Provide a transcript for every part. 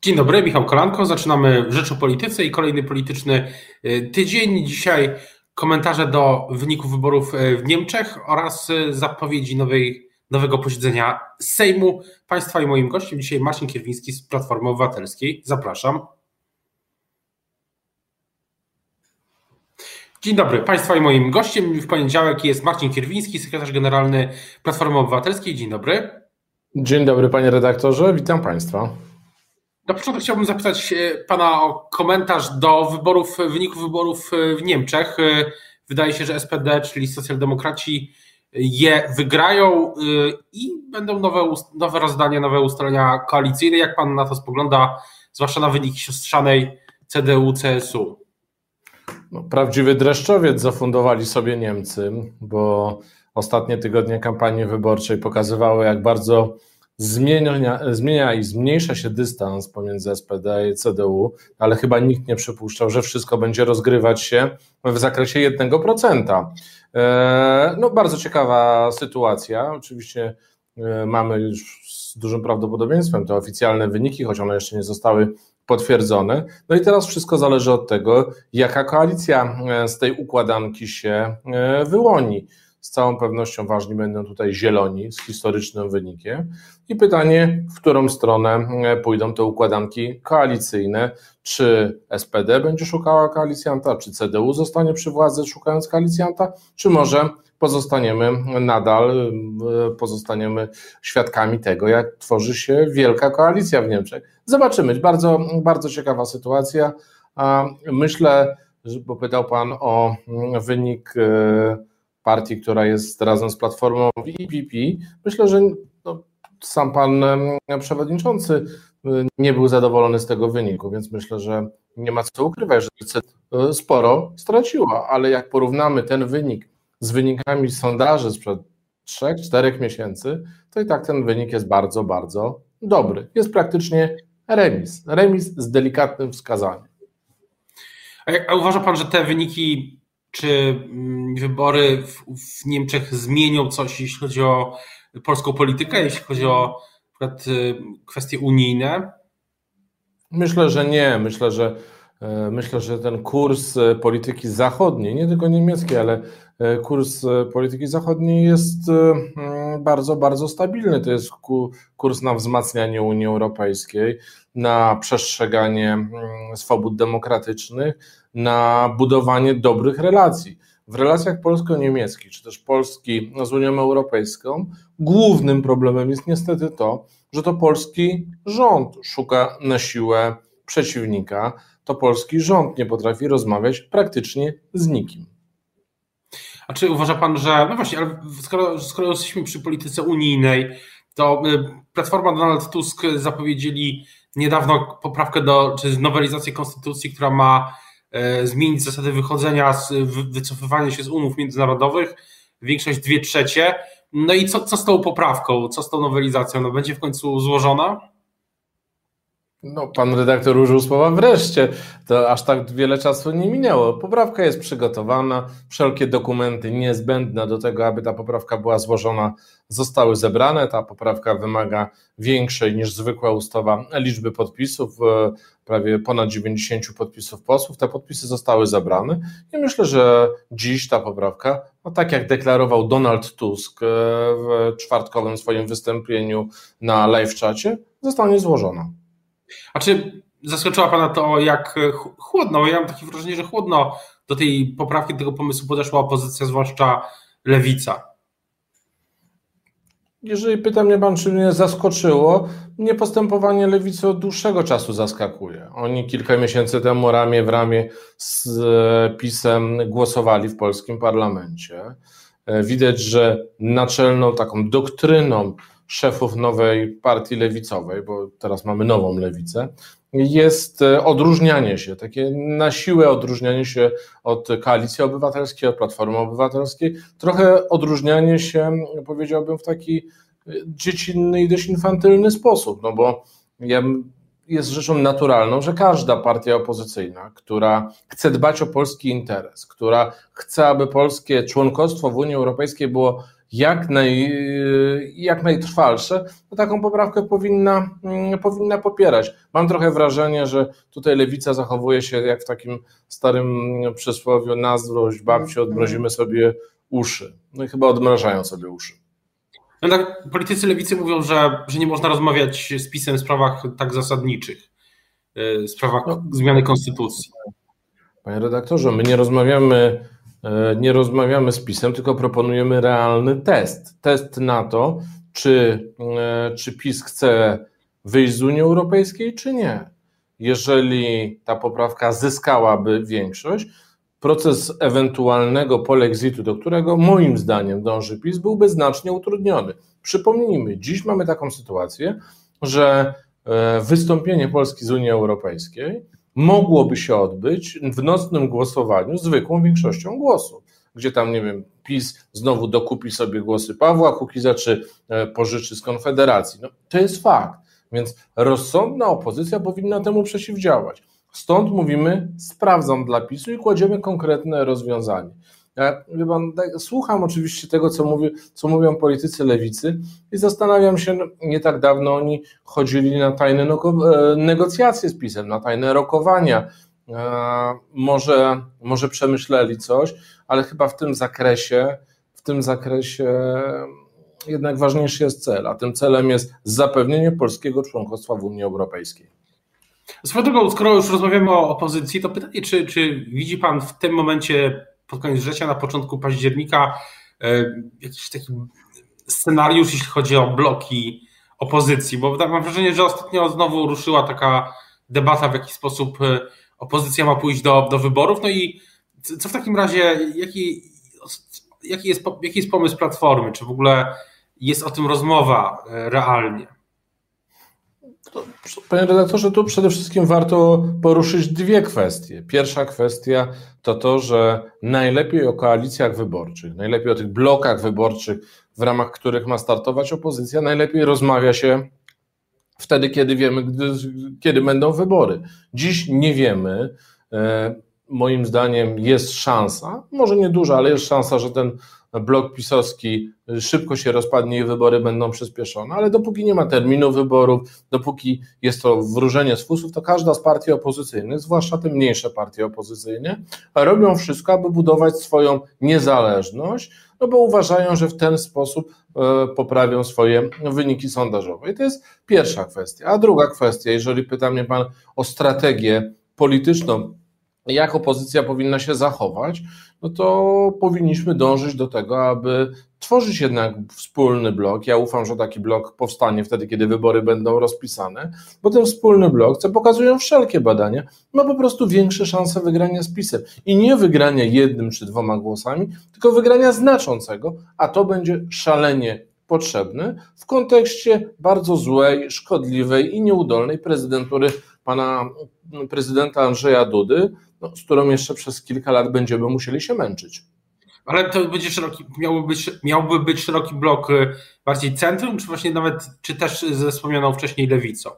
Dzień dobry, Michał Kolanko. Zaczynamy Rzecz o Polityce i kolejny polityczny tydzień. Dzisiaj komentarze do wyników wyborów w Niemczech oraz zapowiedzi nowego posiedzenia Sejmu Państwa i moim gościem dzisiaj Marcin Kierwiński z Platformy Obywatelskiej. Zapraszam. Dzień dobry, Państwa i moim gościem w poniedziałek jest Marcin Kierwiński, sekretarz generalny Platformy Obywatelskiej. Dzień dobry. Dzień dobry, panie redaktorze, witam Państwa. Na początek chciałbym zapytać Pana o komentarz do wyników wyborów w Niemczech. Wydaje się, że SPD, czyli socjaldemokraci, je wygrają i będą nowe rozdania, nowe ustalenia koalicyjne. Jak Pan na to spogląda, zwłaszcza na wyniki siostrzanej CDU-CSU? No, prawdziwy dreszczowiec zafundowali sobie Niemcy, bo ostatnie tygodnie kampanii wyborczej pokazywały, jak bardzo zmienia i zmniejsza się dystans pomiędzy SPD i CDU, ale chyba nikt nie przypuszczał, że wszystko będzie rozgrywać się w zakresie 1%. No, bardzo ciekawa sytuacja. Oczywiście mamy już z dużym prawdopodobieństwem te oficjalne wyniki, choć one jeszcze nie zostały potwierdzone. No i teraz wszystko zależy od tego, jaka koalicja z tej układanki się wyłoni. Z całą pewnością ważni będą tutaj zieloni z historycznym wynikiem i pytanie, w którą stronę pójdą te układanki koalicyjne, czy SPD będzie szukała koalicjanta, czy CDU zostanie przy władzy szukając koalicjanta, czy może pozostaniemy świadkami tego, jak tworzy się wielka koalicja w Niemczech. Zobaczymy, bardzo, bardzo ciekawa sytuacja. Myślę, bo pytał Pan o wynik partii, która jest razem z Platformą w EPP. Myślę, że sam pan przewodniczący nie był zadowolony z tego wyniku, więc myślę, że nie ma co ukrywać, że sporo straciła, ale jak porównamy ten wynik z wynikami sondaży sprzed 3-4 miesięcy, to i tak ten wynik jest bardzo, bardzo dobry. Jest praktycznie remis z delikatnym wskazaniem. A uważa pan, że te wyniki czy wybory w Niemczech zmienią coś, jeśli chodzi o polską politykę, jeśli chodzi o na przykład kwestie unijne? Myślę, że nie. Myślę, że ten kurs polityki zachodniej, nie tylko niemieckiej, ale kurs polityki zachodniej jest bardzo, bardzo stabilny. To jest kurs na wzmacnianie Unii Europejskiej, na przestrzeganie swobód demokratycznych, na budowanie dobrych relacji. W relacjach polsko-niemieckich, czy też Polski z Unią Europejską, głównym problemem jest niestety to, że to polski rząd szuka na siłę przeciwnika, to polski rząd nie potrafi rozmawiać praktycznie z nikim. A czy uważa pan, że, no właśnie, ale skoro jesteśmy przy polityce unijnej, to Platforma, Donald Tusk zapowiedzieli niedawno poprawkę czy nowelizację konstytucji, która ma zmienić zasady wycofywania się z umów międzynarodowych, większość 2/3. No i co z tą poprawką, co z tą nowelizacją? No będzie w końcu złożona? No, pan redaktor użył słowa wreszcie, to aż tak wiele czasu nie minęło. Poprawka jest przygotowana, wszelkie dokumenty niezbędne do tego, aby ta poprawka była złożona, zostały zebrane. Ta poprawka wymaga większej niż zwykła ustawa liczby podpisów, prawie ponad 90 podpisów posłów. Te podpisy zostały zebrane i myślę, że dziś ta poprawka, no tak jak deklarował Donald Tusk w czwartkowym swoim wystąpieniu na live-czacie, zostanie złożona. A czy zaskoczyła pana to, jak chłodno, bo ja mam takie wrażenie, że chłodno do tej poprawki, do tego pomysłu podeszła opozycja, zwłaszcza Lewica? Jeżeli pyta mnie pan, czy mnie zaskoczyło, mnie postępowanie Lewicy od dłuższego czasu zaskakuje. Oni kilka miesięcy temu ramię w ramię z PiS-em głosowali w polskim parlamencie. Widać, że naczelną taką doktryną szefów nowej partii lewicowej, bo teraz mamy nową lewicę, jest odróżnianie się, takie na siłę odróżnianie się od Koalicji Obywatelskiej, od Platformy Obywatelskiej, trochę odróżnianie się, powiedziałbym, w taki dziecinny i dość infantylny sposób, no bo jest rzeczą naturalną, że każda partia opozycyjna, która chce dbać o polski interes, która chce, aby polskie członkostwo w Unii Europejskiej było jak najtrwalsze, to taką poprawkę powinna popierać. Mam trochę wrażenie, że tutaj lewica zachowuje się jak w takim starym przysłowiu: na zdrość babci odmrozimy sobie uszy. No i chyba odmrażają sobie uszy. No tak, politycy lewicy mówią, że nie można rozmawiać z PiS-em w sprawach tak zasadniczych, w sprawach zmiany konstytucji. Panie redaktorze, my nie rozmawiamy z PiS-em, tylko proponujemy realny test. Test na to, czy PiS chce wyjść z Unii Europejskiej, czy nie. Jeżeli ta poprawka zyskałaby większość, proces ewentualnego polexitu, do którego moim zdaniem dąży PiS, byłby znacznie utrudniony. Przypomnijmy, dziś mamy taką sytuację, że wystąpienie Polski z Unii Europejskiej mogłoby się odbyć w nocnym głosowaniu zwykłą większością głosów, gdzie tam, nie wiem, PiS znowu dokupi sobie głosy Pawła Kukiza, czy pożyczy z Konfederacji. No, to jest fakt, więc rozsądna opozycja powinna temu przeciwdziałać. Stąd mówimy: sprawdzam dla PiS-u i kładziemy konkretne rozwiązanie. Ja, słucham oczywiście tego, co mówią politycy lewicy i zastanawiam się, nie tak dawno oni chodzili na tajne negocjacje z PiS-em, na tajne rokowania. Może przemyśleli coś, ale chyba w tym zakresie jednak ważniejszy jest cel, a tym celem jest zapewnienie polskiego członkostwa w Unii Europejskiej. Swoją drogą, skoro już rozmawiamy o opozycji, to pytanie, czy widzi pan w tym momencie, pod koniec września, na początku października, jakiś taki scenariusz, jeśli chodzi o bloki opozycji? Bo mam wrażenie, że ostatnio znowu ruszyła taka debata, w jaki sposób opozycja ma pójść do wyborów. No i co w takim razie, jaki jest pomysł Platformy? Czy w ogóle jest o tym rozmowa realnie? Panie redaktorze, tu przede wszystkim warto poruszyć dwie kwestie. Pierwsza kwestia to to, że najlepiej o koalicjach wyborczych, najlepiej o tych blokach wyborczych, w ramach których ma startować opozycja, najlepiej rozmawia się wtedy, kiedy wiemy, kiedy będą wybory. Dziś nie wiemy. Moim zdaniem jest szansa, może nie duża, ale jest szansa, że ten blok pisowski szybko się rozpadnie i wybory będą przyspieszone, ale dopóki nie ma terminu wyborów, dopóki jest to wróżenie z fusów, to każda z partii opozycyjnych, zwłaszcza te mniejsze partie opozycyjne, robią wszystko, aby budować swoją niezależność, no bo uważają, że w ten sposób poprawią swoje wyniki sondażowe. I to jest pierwsza kwestia. A druga kwestia, jeżeli pyta mnie pan o strategię polityczną, jak opozycja powinna się zachować, no to powinniśmy dążyć do tego, aby tworzyć jednak wspólny blok. Ja ufam, że taki blok powstanie wtedy, kiedy wybory będą rozpisane, bo ten wspólny blok, co pokazują wszelkie badania, ma po prostu większe szanse wygrania z PiS-em. I nie wygrania 1 czy 2 głosami, tylko wygrania znaczącego, a to będzie szalenie potrzebne w kontekście bardzo złej, szkodliwej i nieudolnej prezydentury pana prezydenta Andrzeja Dudy, z którą jeszcze przez kilka lat będziemy musieli się męczyć. Ale to będzie miałby być szeroki blok bardziej centrum, czy właśnie nawet, czy też ze wspomnianą wcześniej lewicą?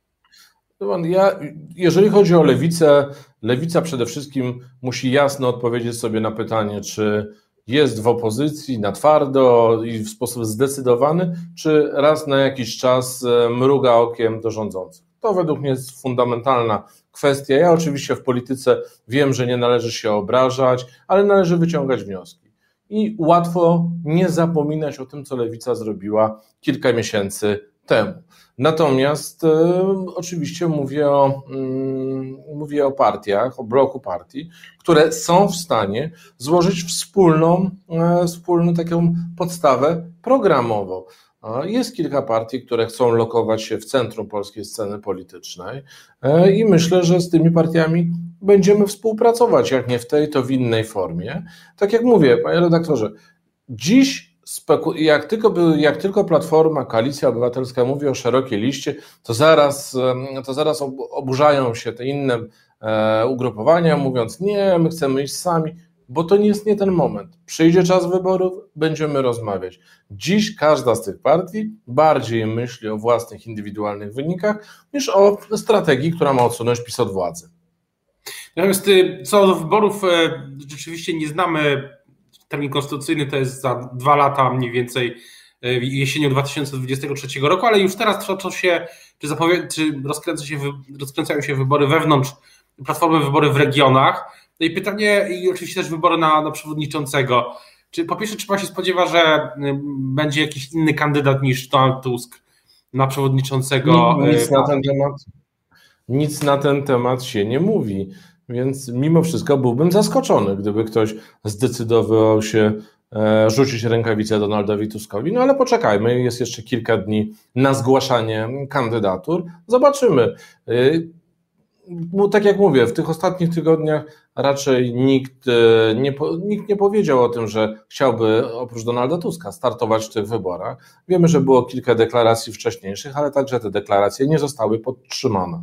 Jeżeli chodzi o lewicę, lewica przede wszystkim musi jasno odpowiedzieć sobie na pytanie, czy jest w opozycji na twardo i w sposób zdecydowany, czy raz na jakiś czas mruga okiem do rządzących. To według mnie jest fundamentalna kwestia. Ja oczywiście w polityce wiem, że nie należy się obrażać, ale należy wyciągać wnioski. I łatwo nie zapominać o tym, co lewica zrobiła kilka miesięcy temu. Natomiast oczywiście mówię o partiach, o bloku partii, które są w stanie złożyć wspólną taką podstawę programową. Jest kilka partii, które chcą lokować się w centrum polskiej sceny politycznej i myślę, że z tymi partiami będziemy współpracować, jak nie w tej, to w innej formie. Tak jak mówię, panie redaktorze, dziś jak tylko Platforma, Koalicja Obywatelska mówi o szerokiej liście, to zaraz oburzają się te inne ugrupowania, mówiąc: nie, my chcemy iść sami, bo to nie jest ten moment. Przyjdzie czas wyborów, będziemy rozmawiać. Dziś każda z tych partii bardziej myśli o własnych indywidualnych wynikach niż o strategii, która ma odsunąć PiS od władzy. Natomiast co do wyborów, rzeczywiście nie znamy termin konstytucyjny to jest za 2 lata mniej więcej, jesienią 2023 roku, ale już teraz toczą się, czy rozkręcają się wybory wewnątrz Platformy, wybory w regionach. No i pytanie, i oczywiście też wybory na przewodniczącego. Po pierwsze, czy pan się spodziewa, że będzie jakiś inny kandydat niż Donald Tusk na przewodniczącego? Nic na ten temat się nie mówi, więc mimo wszystko byłbym zaskoczony, gdyby ktoś zdecydował się rzucić rękawicę Donaldowi Tuskowi. No ale poczekajmy, jest jeszcze kilka dni na zgłaszanie kandydatur. Zobaczymy. Bo tak jak mówię, w tych ostatnich tygodniach raczej nikt nie powiedział o tym, że chciałby oprócz Donalda Tuska startować w tych wyborach. Wiemy, że było kilka deklaracji wcześniejszych, ale także te deklaracje nie zostały podtrzymane.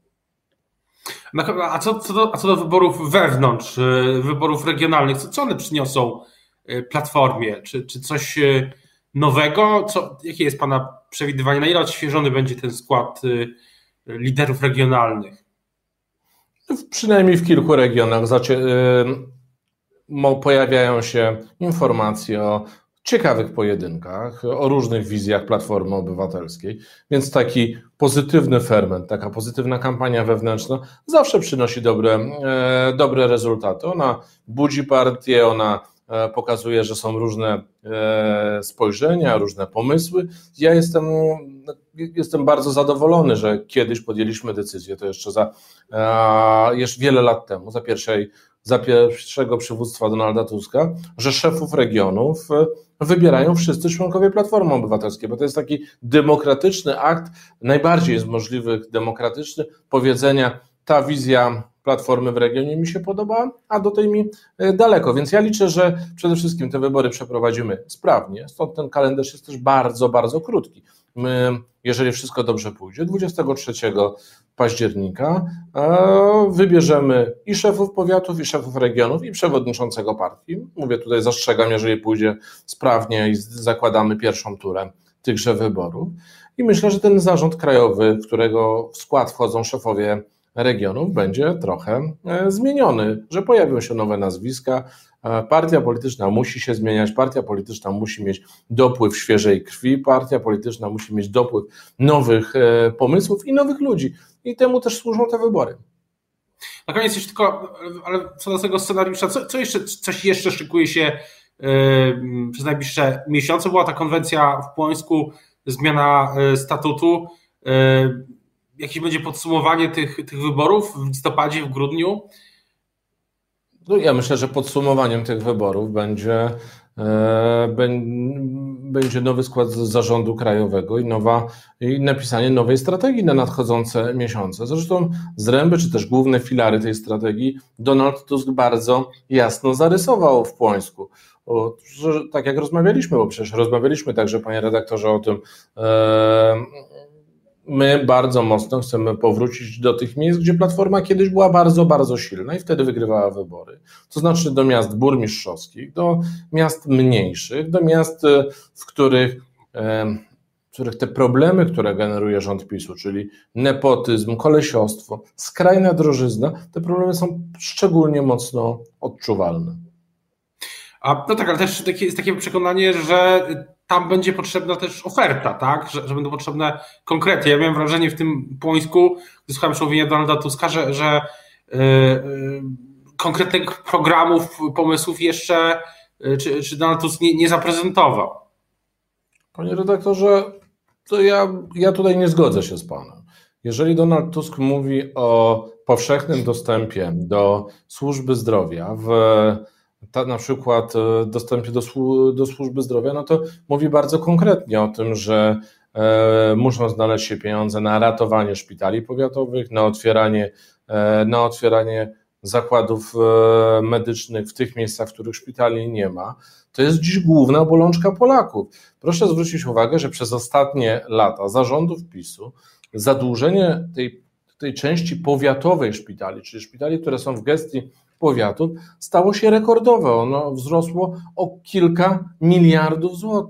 A co do wyborów wewnątrz, wyborów regionalnych, co one przyniosą Platformie? Czy coś nowego? Jakie jest pana przewidywanie? Na ile odświeżony będzie ten skład liderów regionalnych? Przynajmniej w kilku regionach pojawiają się informacje o ciekawych pojedynkach, o różnych wizjach Platformy Obywatelskiej, więc taki pozytywny ferment, taka pozytywna kampania wewnętrzna zawsze przynosi dobre rezultaty. Ona budzi partię, ona pokazuje, że są różne spojrzenia, różne pomysły. Ja jestem bardzo zadowolony, że kiedyś podjęliśmy decyzję, to jeszcze wiele lat temu, za pierwszego przywództwa Donalda Tuska, że szefów regionów wybierają wszyscy członkowie Platformy Obywatelskiej, bo to jest taki demokratyczny akt, najbardziej z możliwych demokratyczny, powiedzenia, ta wizja Platformy w regionie mi się podoba, a do tej mi daleko, więc ja liczę, że przede wszystkim te wybory przeprowadzimy sprawnie, stąd ten kalendarz jest też bardzo, bardzo krótki. My, jeżeli wszystko dobrze pójdzie, 23 października wybierzemy i szefów powiatów, i szefów regionów, i przewodniczącego partii. Mówię tutaj, zastrzegam, jeżeli pójdzie sprawnie i zakładamy pierwszą turę tychże wyborów. I myślę, że ten zarząd krajowy, w którego w skład wchodzą szefowie regionów, będzie trochę zmieniony, że pojawią się nowe nazwiska. Partia polityczna musi się zmieniać, partia polityczna musi mieć dopływ świeżej krwi, partia polityczna musi mieć dopływ nowych pomysłów i nowych ludzi. I temu też służą te wybory. Na koniec jeszcze tylko, ale co do tego scenariusza, coś jeszcze szykuje się przez najbliższe miesiące? Była ta konwencja w Płońsku, zmiana statutu. Jakieś będzie podsumowanie tych wyborów w listopadzie, w grudniu? No ja myślę, że podsumowaniem tych wyborów będzie nowy skład zarządu krajowego i napisanie nowej strategii na nadchodzące miesiące. Zresztą zręby, czy też główne filary tej strategii Donald Tusk bardzo jasno zarysował w Płońsku. Tak jak rozmawialiśmy, bo przecież rozmawialiśmy także, panie redaktorze, o tym, my bardzo mocno chcemy powrócić do tych miejsc, gdzie Platforma kiedyś była bardzo, bardzo silna i wtedy wygrywała wybory. To znaczy do miast burmistrzowskich, do miast mniejszych, do miast, w których te problemy, które generuje rząd PiS-u, czyli nepotyzm, kolesiostwo, skrajna drożyzna, te problemy są szczególnie mocno odczuwalne. No tak, ale też jest takie przekonanie, że tam będzie potrzebna też oferta, tak? Że będą potrzebne konkrety. Ja miałem wrażenie w tym Płońsku, gdy słuchałem przemówienia Donalda Tuska, że konkretnych programów, pomysłów jeszcze czy Donald Tusk nie zaprezentował. Panie redaktorze, to ja tutaj nie zgodzę się z panem. Jeżeli Donald Tusk mówi o powszechnym dostępie do służby zdrowia, na przykład dostępie do służby zdrowia, no to mówi bardzo konkretnie o tym, że muszą znaleźć się pieniądze na ratowanie szpitali powiatowych, na otwieranie zakładów medycznych w tych miejscach, w których szpitali nie ma. To jest dziś główna bolączka Polaków. Proszę zwrócić uwagę, że przez ostatnie lata zarządów PiS-u zadłużenie tej części powiatowej szpitali, czyli szpitali, które są w gestii powiatów, stało się rekordowe. Ono wzrosło o kilka miliardów złotych.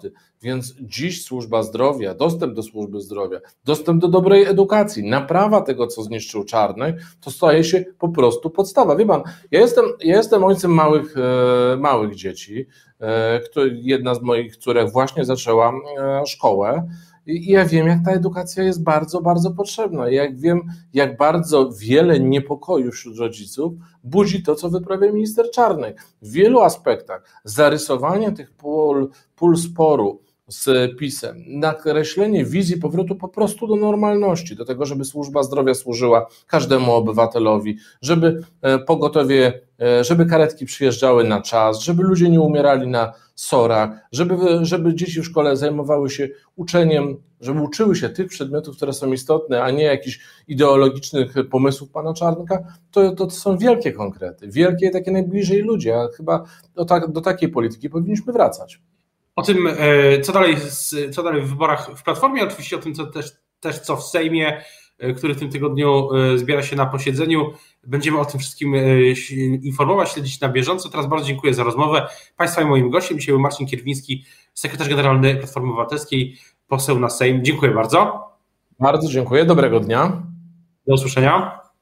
Więc dziś służba zdrowia, dostęp do służby zdrowia, dostęp do dobrej edukacji, naprawa tego, co zniszczył Czarnek, to staje się po prostu podstawa. Wie pan, ja jestem ojcem małych dzieci, jedna z moich córek właśnie zaczęła szkołę i ja wiem, jak ta edukacja jest bardzo, bardzo potrzebna. Jak wiem, jak bardzo wiele niepokoju wśród rodziców budzi to, co wyprawia minister Czarnek. W wielu aspektach zarysowanie tych pól sporu z PiS-em, nakreślenie wizji powrotu po prostu do normalności, do tego, żeby służba zdrowia służyła każdemu obywatelowi, żeby pogotowie, żeby karetki przyjeżdżały na czas, żeby ludzie nie umierali na SOR-ach, żeby dzieci w szkole zajmowały się uczeniem, żeby uczyły się tych przedmiotów, które są istotne, a nie jakichś ideologicznych pomysłów pana Czarnka, to są wielkie konkrety, wielkie takie najbliżej ludzi, a chyba do takiej polityki powinniśmy wracać. O tym, co dalej w wyborach w Platformie, oczywiście o tym, co w Sejmie, który w tym tygodniu zbiera się na posiedzeniu. Będziemy o tym wszystkim informować, śledzić na bieżąco. Teraz bardzo dziękuję za rozmowę. Państwa i moim gościem dzisiaj był Marcin Kierwiński, sekretarz generalny Platformy Obywatelskiej, poseł na Sejm. Dziękuję bardzo. Bardzo dziękuję, dobrego dnia. Do usłyszenia.